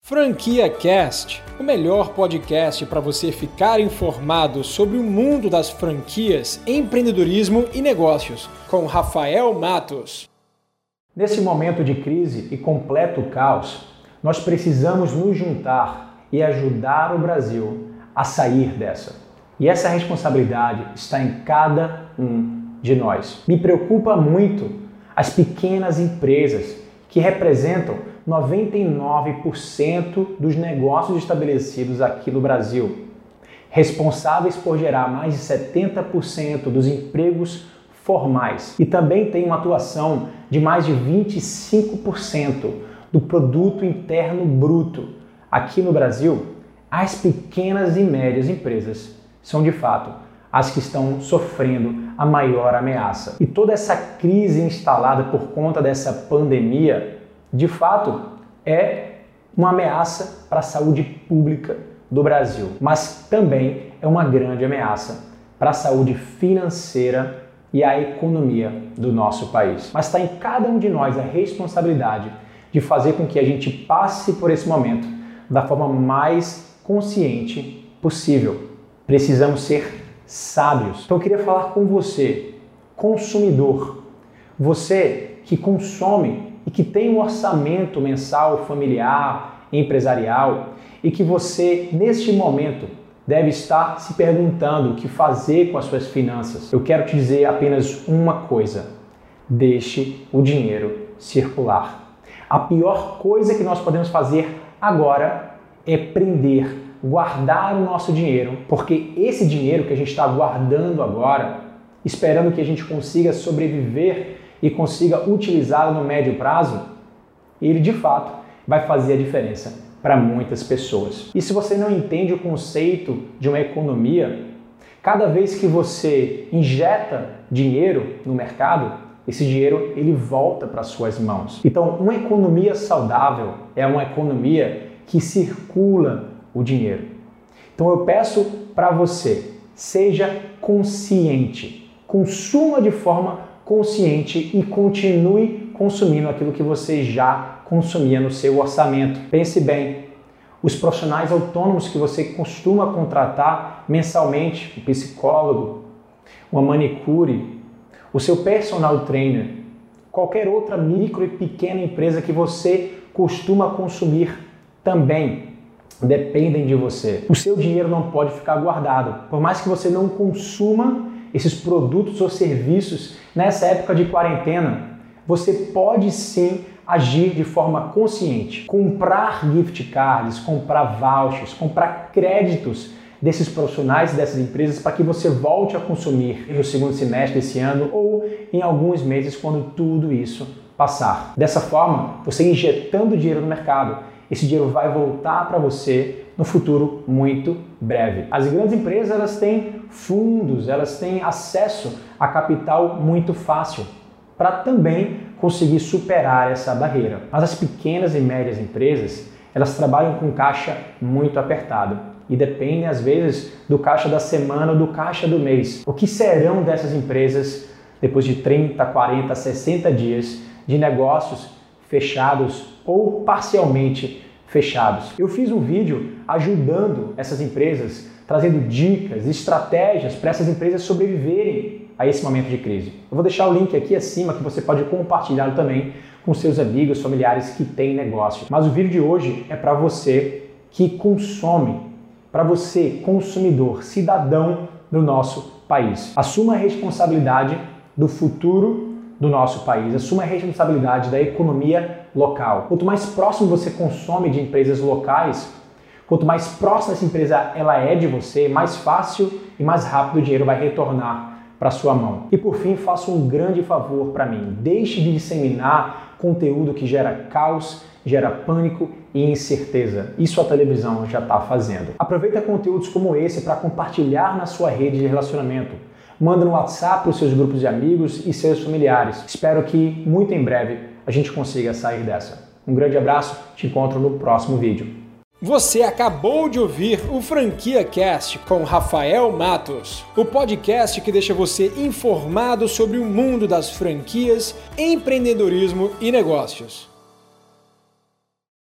Franquia Cast, o melhor podcast para você ficar informado sobre o mundo das franquias, empreendedorismo e negócios, com Rafael Matos. Nesse momento de crise e completo caos, nós precisamos nos juntar e ajudar o Brasil a sair dessa. E essa responsabilidade está em cada um de nós. Me preocupa muito as pequenas empresas que representam 99% dos negócios estabelecidos aqui no Brasil, responsáveis por gerar mais de 70% dos empregos formais e também tem uma atuação de mais de 25% do produto interno bruto. Aqui no Brasil, as pequenas e médias empresas são de fato as que estão sofrendo a maior ameaça. E toda essa crise instalada por conta dessa pandemia, de fato, é uma ameaça para a saúde pública do Brasil, mas também é uma grande ameaça para a saúde financeira e a economia do nosso país. Mas está em cada um de nós a responsabilidade de fazer com que a gente passe por esse momento da forma mais consciente possível. Precisamos ser sábios. Então eu queria falar com você, consumidor, você que consome e que tem um orçamento mensal, familiar, empresarial e que você, neste momento, deve estar se perguntando o que fazer com as suas finanças. Eu quero te dizer apenas uma coisa: deixe o dinheiro circular. A pior coisa que nós podemos fazer agora é prender, guardar o nosso dinheiro, porque esse dinheiro que a gente está guardando agora, esperando que a gente consiga sobreviver e consiga utilizá-lo no médio prazo, ele de fato vai fazer a diferença para muitas pessoas. E se você não entende o conceito de uma economia, cada vez que você injeta dinheiro no mercado, esse dinheiro ele volta para suas mãos. Então, uma economia saudável é uma economia que circula o dinheiro. Então eu peço para você, seja consciente, consuma de forma consciente e continue consumindo aquilo que você já consumia no seu orçamento. Pense bem, os profissionais autônomos que você costuma contratar mensalmente, um psicólogo, uma manicure, o seu personal trainer, qualquer outra micro e pequena empresa que você costuma consumir também dependem de você. O seu dinheiro não pode ficar guardado. Por mais que você não consuma esses produtos ou serviços nessa época de quarentena, você pode sim agir de forma consciente. Comprar gift cards, comprar vouchers, comprar créditos desses profissionais e dessas empresas para que você volte a consumir no segundo semestre desse ano ou em alguns meses quando tudo isso passar. Dessa forma, você injetando dinheiro no mercado, esse dinheiro vai voltar para você no futuro muito breve. As grandes empresas elas têm fundos, elas têm acesso a capital muito fácil para também conseguir superar essa barreira. Mas as pequenas e médias empresas, elas trabalham com caixa muito apertado e dependem às vezes do caixa da semana ou do caixa do mês. O que serão dessas empresas depois de 30, 40, 60 dias de negócios fechados ou parcialmente fechados? Eu fiz um vídeo ajudando essas empresas, trazendo dicas, estratégias para essas empresas sobreviverem a esse momento de crise. Eu vou deixar o link aqui acima que você pode compartilhar também com seus amigos, familiares que têm negócio. Mas o vídeo de hoje é para você que consome, para você consumidor, cidadão do nosso país. Assuma a responsabilidade do futuro do nosso país, assuma a responsabilidade da economia local. Quanto mais próximo você consome de empresas locais, quanto mais próxima essa empresa ela é de você, mais fácil e mais rápido o dinheiro vai retornar para sua mão. E por fim, faça um grande favor para mim. Deixe de disseminar conteúdo que gera caos, gera pânico e incerteza. Isso a televisão já está fazendo. Aproveita conteúdos como esse para compartilhar na sua rede de relacionamento. Manda no WhatsApp para os seus grupos de amigos e seus familiares. Espero que muito em breve a gente consiga sair dessa. Um grande abraço, te encontro no próximo vídeo. Você acabou de ouvir o Franquia Cast com Rafael Matos, o podcast que deixa você informado sobre o mundo das franquias, empreendedorismo e negócios.